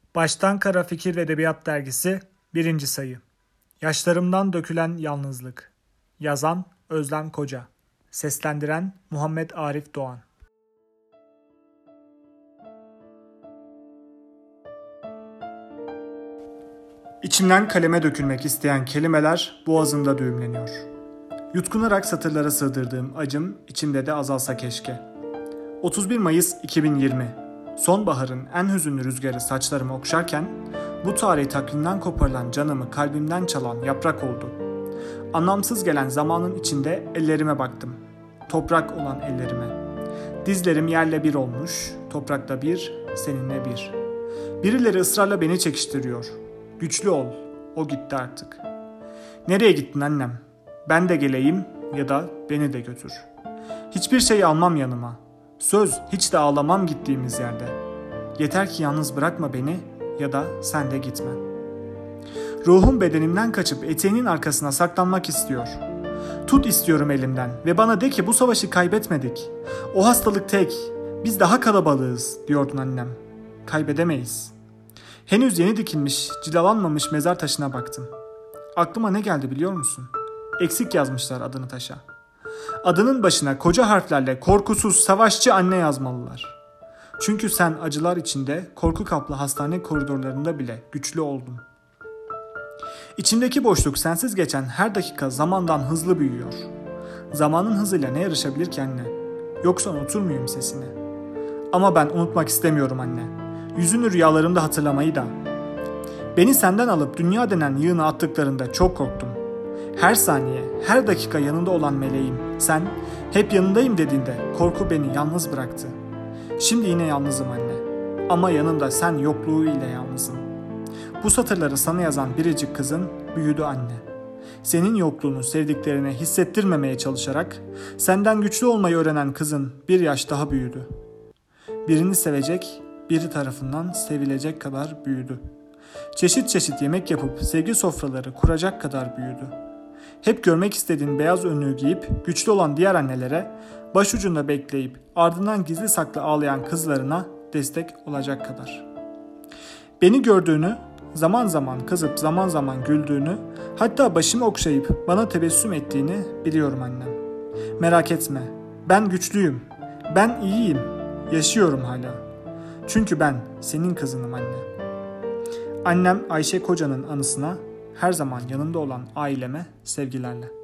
Baştan Kara Fikir ve Edebiyat Dergisi 1. sayı. Yaşlarımdan dökülen yalnızlık. Yazan Özlem Koca. Seslendiren Muhammed Arif Doğan. İçimden kaleme dökülmek isteyen kelimeler boğazımda düğümleniyor. Yutkunarak satırlara sığdırdığım acım içimde de azalsa keşke. 31 Mayıs 2020. Sonbaharın en hüzünlü rüzgarı saçlarımı okşarken bu tarih takvimden koparılan canımı kalbimden çalan yaprak oldu. Anlamsız gelen zamanın içinde ellerime baktım. Toprak olan ellerime. Dizlerim yerle bir olmuş, toprakta bir, seninle bir. Birileri ısrarla beni çekiştiriyor. Güçlü ol, o gitti artık. Nereye gittin annem? Ben de geleyim ya da beni de götür. Hiçbir şey almam yanıma. Söz hiç de ağlamam gittiğimiz yerde. Yeter ki yalnız bırakma beni ya da sen de gitme. Ruhum bedenimden kaçıp eteğinin arkasına saklanmak istiyor. Tut istiyorum elimden ve bana de ki bu savaşı kaybetmedik. O hastalık tek, biz daha kalabalığız diyordun annem. Kaybedemeyiz. Henüz yeni dikilmiş, cilalanmamış mezar taşına baktım. Aklıma ne geldi biliyor musun? Eksik yazmışlar adını taşa. Adının başına koca harflerle korkusuz savaşçı anne yazmalılar. Çünkü sen acılar içinde korku kaplı hastane koridorlarında bile güçlü oldun. İçimdeki boşluk sensiz geçen her dakika zamandan hızlı büyüyor. Zamanın hızıyla ne yarışabilir ki anne? Yoksa unutur muyum sesini? Ama ben unutmak istemiyorum anne. Yüzünü rüyalarımda hatırlamayı da. Beni senden alıp dünya denen yığına attıklarında çok korktum. Her saniye, her dakika yanında olan meleğim, sen hep yanındayım dediğinde korku beni yalnız bıraktı. Şimdi yine yalnızım anne. Ama yanımda sen yokluğu ile yalnızım. Bu satırları sana yazan biricik kızın büyüdü anne. Senin yokluğunu sevdiklerine hissettirmemeye çalışarak senden güçlü olmayı öğrenen kızın bir yaş daha büyüdü. Birini sevecek, biri tarafından sevilecek kadar büyüdü. Çeşit çeşit yemek yapıp sevgi sofraları kuracak kadar büyüdü. Hep görmek istediğin beyaz önlüğü giyip güçlü olan diğer annelere, başucunda bekleyip ardından gizli saklı ağlayan kızlarına destek olacak kadar. Beni gördüğünü, zaman zaman kızıp zaman zaman güldüğünü, hatta başımı okşayıp bana tebessüm ettiğini biliyorum annem. Merak etme, ben güçlüyüm, ben iyiyim, yaşıyorum hala. Çünkü ben senin kızınım anne. Annem Ayşe Koca'nın anısına her zaman yanında olan aileme sevgilerle.